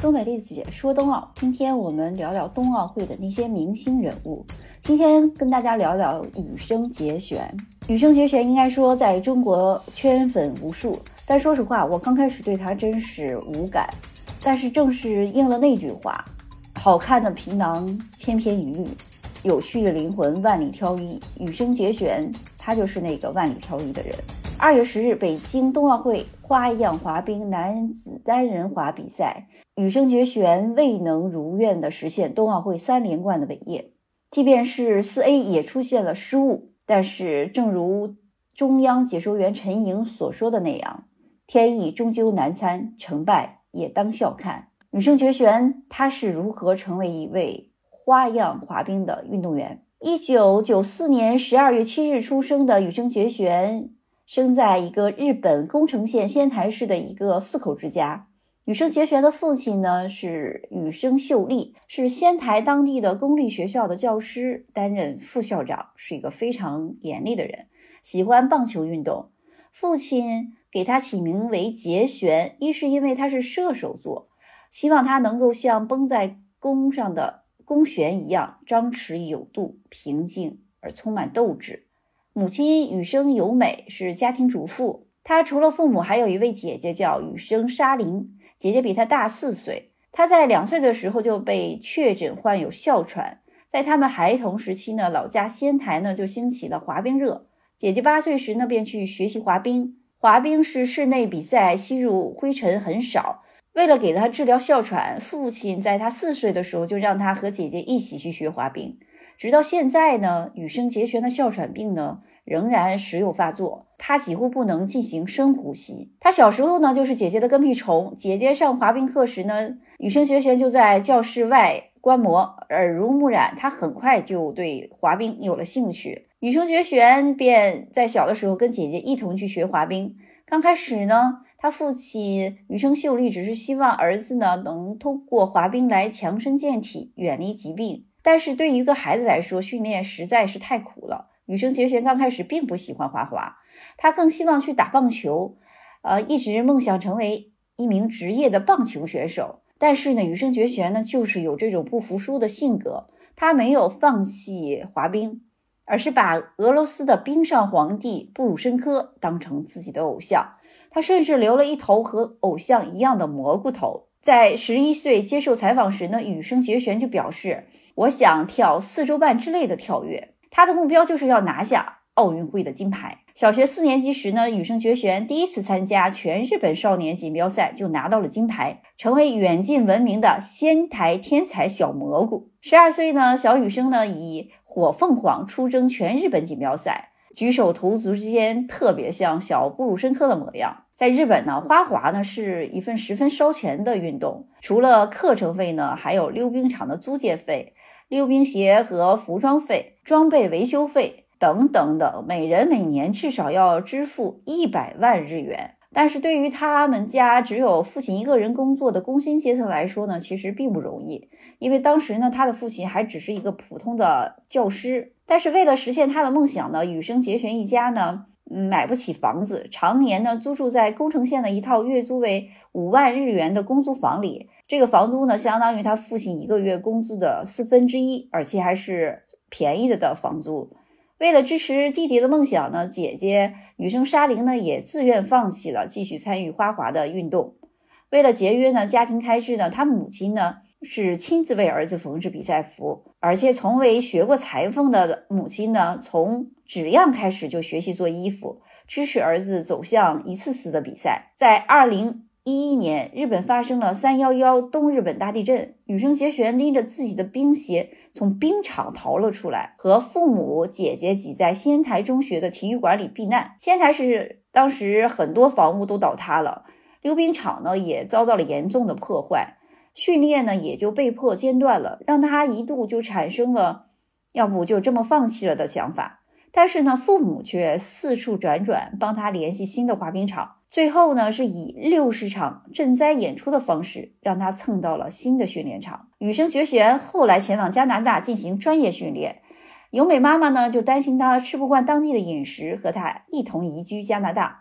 东北栗子姐说冬奥，今天我们聊聊冬奥会的那些明星人物。今天跟大家聊聊羽生结弦。羽生结弦应该说在中国圈粉无数，但说实话，我刚开始对他真是无感。但是正是应了那句话，好看的皮囊千篇一律，有趣的灵魂万里挑一。羽生结弦他就是那个万里挑一的人。2月10日，北京冬奥会花样滑冰男子单人滑比赛，羽生结弦未能如愿地实现冬奥会3连冠的伟业。即便是4A 也出现了失误，但是正如中央解说员陈莹所说的那样，天意终究难参，成败也当笑看。羽生结弦他是如何成为一位花样滑冰的运动员。1994年12月7日出生的羽生结弦，生在一个日本宫城县仙台市的一个4口之家。羽生结弦的父亲呢是羽生秀立，是仙台当地的公立学校的教师，担任副校长，是一个非常严厉的人，喜欢棒球运动。父亲给他起名为结弦，一是因为他是射手座，希望他能够像绷在弓上的弓弦一样张弛有度，平静而充满斗志。母亲羽生由美是家庭主妇，她除了父母还有一位姐姐叫羽生沙琳，姐姐比她大4岁。她在2岁的时候就被确诊患有哮喘。在他们孩童时期呢，老家仙台呢就兴起了滑冰热。姐姐8岁时呢便去学习滑冰。滑冰是室内比赛，吸入灰尘很少。为了给她治疗哮喘，父亲在她4岁的时候就让她和姐姐一起去学滑冰。直到现在呢，羽生结弦的哮喘病呢仍然时有发作，他几乎不能进行深呼吸。他小时候呢就是姐姐的跟屁虫，姐姐上滑冰课时呢，羽生结弦就在教室外观摩，耳濡目染，他很快就对滑冰有了兴趣。羽生结弦便在小的时候跟姐姐一同去学滑冰。刚开始呢，他父亲羽生秀立只是希望儿子呢能通过滑冰来强身健体，远离疾病。但是对于一个孩子来说，训练实在是太苦了。羽生结弦刚开始并不喜欢滑滑，他更希望去打棒球，一直梦想成为一名职业的棒球选手。但是呢，羽生结弦呢就是有这种不服输的性格，他没有放弃滑冰，而是把俄罗斯的冰上皇帝布鲁申科当成自己的偶像。他甚至留了一头和偶像一样的蘑菇头。在11岁接受采访时呢，羽生结弦就表示，我想跳4周半之类的跳跃。他的目标就是要拿下奥运会的金牌。小学4年级时呢，羽生结弦第一次参加全日本少年锦标赛就拿到了金牌，成为远近闻名的仙台天才小蘑菇。12岁呢，小羽生呢以火凤凰出征全日本锦标赛，举手投足之间特别像小布鲁申科的模样。在日本呢，花滑呢是一份十分烧钱的运动，除了课程费呢，还有溜冰场的租借费、溜冰鞋和服装费、装备维修费等等等，每人每年至少要支付100万日元。但是对于他们家只有父亲一个人工作的工薪阶层来说呢，其实并不容易。因为当时呢，他的父亲还只是一个普通的教师。但是为了实现他的梦想呢，羽生结弦一家呢买不起房子，常年呢租住在宫城县的一套月租为5万日元的公租房里。这个房租呢相当于他父亲1个月工资的1/4，而且还是便宜的房租。为了支持弟弟的梦想呢，姐姐羽生沙琳呢也自愿放弃了继续参与花滑的运动。为了节约呢家庭开支呢，他母亲呢是亲自为儿子缝制比赛服，而且从未学过裁缝的母亲呢，从纸样开始就学习做衣服，支持儿子走向一次次的比赛。在2011年，日本发生了311东日本大地震，羽生结弦拎着自己的冰鞋从冰场逃了出来，和父母姐姐挤在仙台中学的体育馆里避难。仙台市当时很多房屋都倒塌了，溜冰场呢也遭到了严重的破坏，训练呢也就被迫间断了，让他一度就产生了要不就这么放弃了的想法。但是呢，父母却四处辗转帮他联系新的滑冰场，最后呢是以60场赈灾演出的方式让他蹭到了新的训练场。羽生结弦后来前往加拿大进行专业训练，由美妈妈呢就担心他吃不惯当地的饮食，和他一同移居加拿大。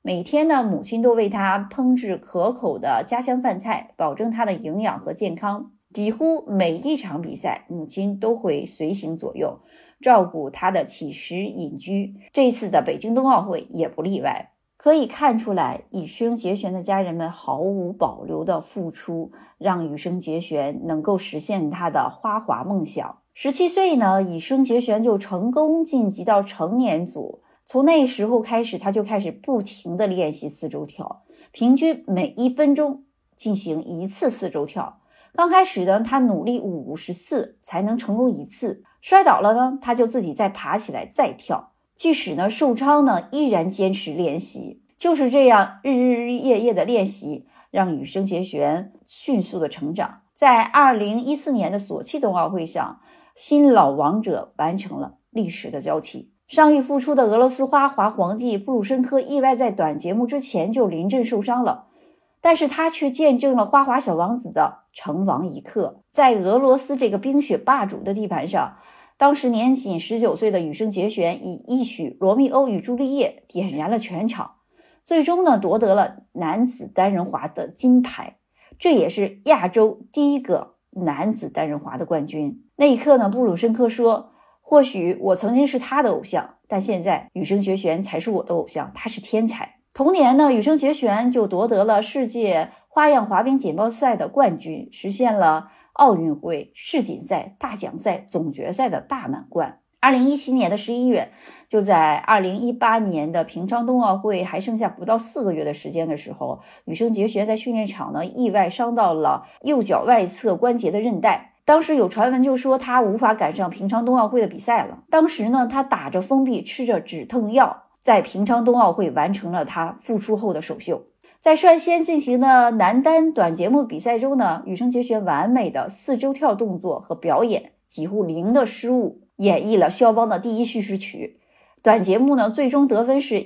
每天呢，母亲都为他烹制可口的家乡饭菜，保证他的营养和健康。几乎每一场比赛，母亲都会随行左右，照顾他的起食隐居。这次的北京冬奥会也不例外。可以看出来，羽生结弦的家人们毫无保留的付出，让羽生结弦能够实现他的花滑梦想。17岁呢，羽生结弦就成功晋级到成年组。从那时候开始，他就开始不停的练习四周跳，平均每1分钟进行1次四周跳。刚开始呢，他努力50次才能成功1次，摔倒了呢，他就自己再爬起来再跳。即使呢受伤呢，依然坚持练习。就是这样日日夜夜的练习，让羽生结弦迅速的成长。在2014年的索契冬奥会上，新老王者完成了历史的交替。伤愈复出的俄罗斯花滑皇帝布鲁申科意外在短节目之前就临阵受伤了，但是他却见证了花滑小王子的成王一刻。在俄罗斯这个冰雪霸主的地盘上，当时年仅19岁的羽生结弦以一曲《罗密欧与朱丽叶》点燃了全场，最终呢夺得了男子单人滑的金牌，这也是亚洲第一个男子单人滑的冠军。那一刻呢，布鲁申科说，或许我曾经是他的偶像，但现在羽生结弦才是我的偶像，他是天才。同年呢，羽生结弦就夺得了世界花样滑冰锦标赛的冠军，实现了奥运会、世锦赛、大奖赛、总决赛的大满贯。2017年的11月，就在2018年的平昌冬奥会还剩下不到4个月的时间的时候，羽生结弦在训练场呢意外伤到了右脚外侧关节的韧带。当时有传闻就说他无法赶上平昌冬奥会的比赛了。当时呢，他打着封闭，吃着止痛药，在平昌冬奥会完成了他复出后的首秀。在率先进行的男单短节目比赛中呢，羽生结弦完美的四周跳动作和表演，几乎零的失误，演绎了肖邦的第一叙事曲。短节目呢，最终得分是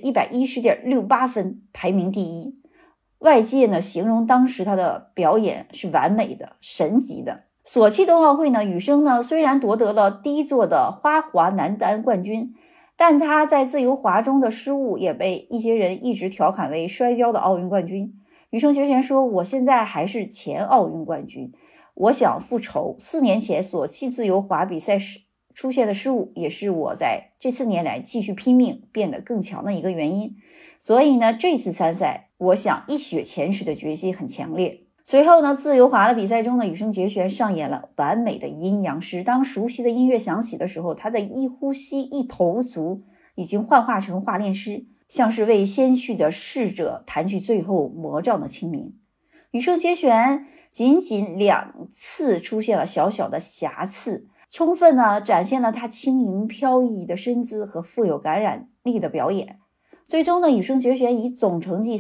110.68 分，排名第一。外界呢形容当时他的表演是完美的、神级的。索契冬奥会呢，羽生呢虽然夺得了第一座的花滑男单冠军，但他在自由滑中的失误也被一些人一直调侃为摔跤的奥运冠军。羽生结弦说，我现在还是前奥运冠军，我想复仇。4年前索契自由滑比赛时出现的失误，也是我在这4年来继续拼命变得更强的一个原因。所以呢，这次参赛，我想一雪前耻的决心很强烈。随后呢，自由滑的比赛中呢，羽生结弦上演了完美的阴阳师。当熟悉的音乐响起的时候，他的一呼吸一投足已经幻化成化炼师，像是为先去的逝者弹去最后魔杖的清明。羽生结弦仅2次出现了小小的瑕疵，充分呢展现了他轻盈飘逸的身姿和富有感染力的表演。最终呢，羽生结弦以总成绩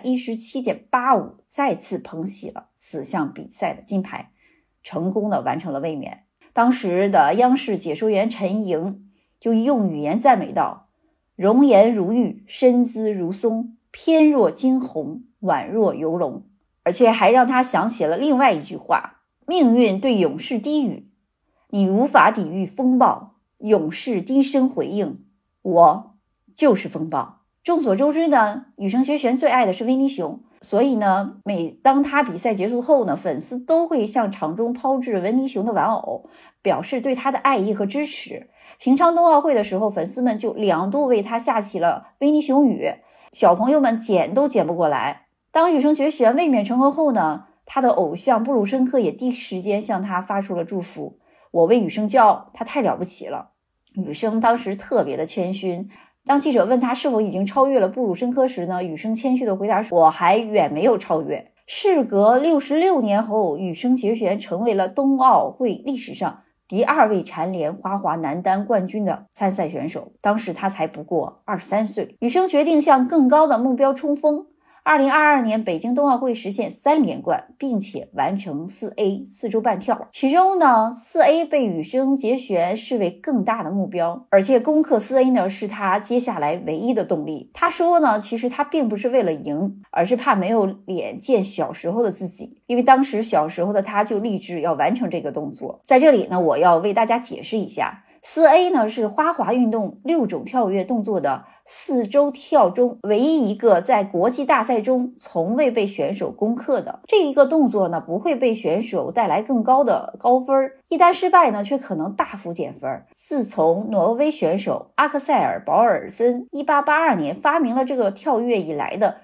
317.85 再次捧起了此项比赛的金牌，成功的完成了卫冕。当时的央视解说员陈莹就用语言赞美道，容颜如玉，身姿如松，翩若惊鸿，宛若游龙。而且还让他想起了另外一句话，命运对勇士低语，你无法抵御风暴，勇士低声回应，我就是风暴。众所周知呢，羽生结弦最爱的是维尼熊，所以呢，每当他比赛结束后呢，粉丝都会向场中抛掷维尼熊的玩偶，表示对他的爱意和支持。平昌冬奥会的时候，粉丝们就2度为他下起了维尼熊雨，小朋友们捡都捡不过来。当羽生结弦卫冕成功后呢，他的偶像布鲁申科也第一时间向他发出了祝福，我为羽生骄傲，他太了不起了。羽生当时特别的谦逊。当记者问他是否已经超越了布鲁申科时呢，羽生谦虚的回答说，我还远没有超越。事隔66年后，羽生结弦成为了冬奥会历史上第2位蝉联花滑男单冠军的参赛选手，当时他才不过23岁。羽生决定向更高的目标冲锋。2022年北京冬奥会实现3连冠，并且完成 4A 四周半跳。其中呢 4A 被羽生结弦视为更大的目标，而且攻克 4A 呢是他接下来唯一的动力。他说呢，其实他并不是为了赢，而是怕没有脸见小时候的自己，因为当时小时候的他就立志要完成这个动作。在这里呢，我要为大家解释一下，4A 呢是花滑运动6种跳跃动作的 4周跳中唯一一个在国际大赛中从未被选手攻克的。这一个动作呢，不会被选手带来更高的高分，一旦失败呢，却可能大幅减分。自从挪威选手阿克塞尔·保尔森1882年发明了这个跳跃以来的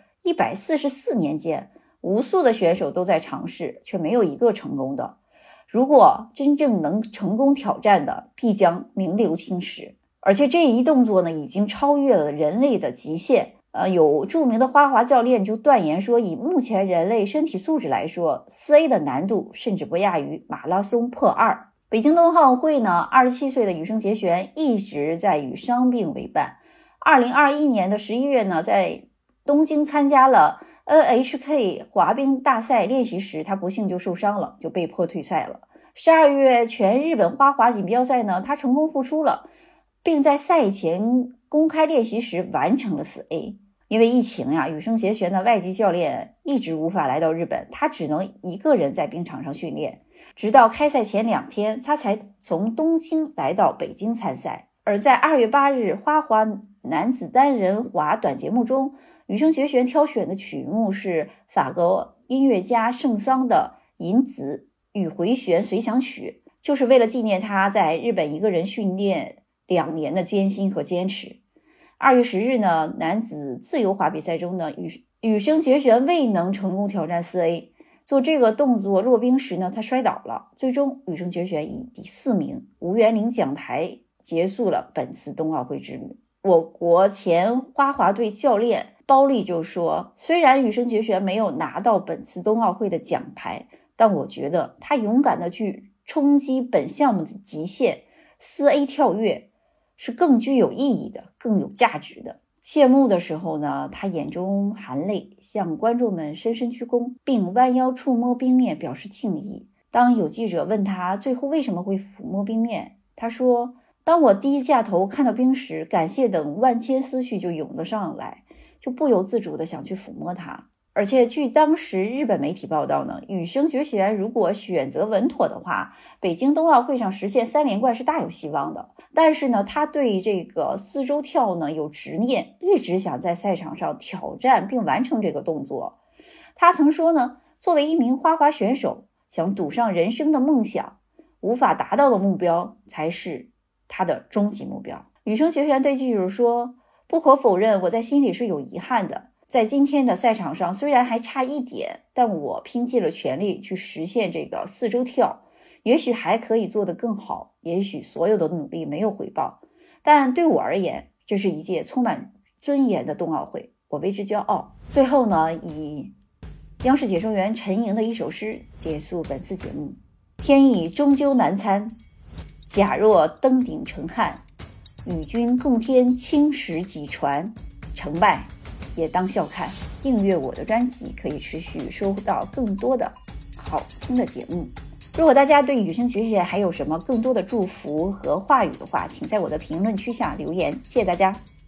144年间，无数的选手都在尝试，却没有一个成功的。如果真正能成功挑战的，必将名留青史。而且这一动作呢，已经超越了人类的极限。有著名的花滑教练就断言说，以目前人类身体素质来说，4A 的难度甚至不亚于马拉松破2。北京冬奥会呢，27岁的羽生结弦一直在与伤病为伴。2021年的11月呢，在东京参加了 NHK 滑冰大赛练习时，他不幸就受伤了，就被迫退赛了。12月全日本花滑锦标赛呢，他成功复出了，并在赛前公开练习时完成了4A。因为疫情呀，羽生结弦的外籍教练一直无法来到日本，他只能一个人在冰场上训练，直到开赛前2天，他才从东京来到北京参赛。而在2月8日花滑男子单人滑短节目中，羽生结弦挑选的曲目是法国音乐家圣桑的《银子与回旋随想曲》，就是为了纪念他在日本一个人训练2年的艰辛和坚持。2月10日呢，男子自由滑比赛中呢，羽生结弦未能成功挑战4A。做这个动作落冰时呢，他摔倒了，最终羽生结弦以第4名无缘领奖台结束了本次冬奥会之旅。我国前花滑队教练包丽就说，虽然羽生结弦没有拿到本次冬奥会的奖牌，但我觉得他勇敢地去冲击本项目的极限，4A 跳跃是更具有意义的，更有价值的。谢幕的时候呢，他眼中含泪，向观众们深深鞠躬，并弯腰触摸冰面表示敬意。当有记者问他最后为什么会抚摸冰面，他说，当我低下头看到冰时，感谢等万千思绪就涌了上来，就不由自主地想去抚摸它。而且据当时日本媒体报道呢，羽生结弦如果选择稳妥的话，北京冬奥会上实现3连冠是大有希望的。但是呢，他对这个4周跳呢有执念，一直想在赛场上挑战并完成这个动作。他曾说呢，作为一名花滑选手，想赌上人生的梦想，无法达到的目标才是他的终极目标。羽生结弦对记者说，不可否认，我在心里是有遗憾的。在今天的赛场上，虽然还差一点，但我拼尽了全力去实现这个4周跳，也许还可以做得更好，也许所有的努力没有回报，但对我而言，这是一届充满尊严的冬奥会，我为之骄傲。最后呢，以央视解说员陈莹的一首诗结束本次节目：天意终究难参，假若登顶成汉，与君共添青史几传，成败也当笑看。订阅我的专辑，可以持续收到更多的好听的节目。如果大家对羽生结弦还有什么更多的祝福和话语的话，请在我的评论区下留言，谢谢大家。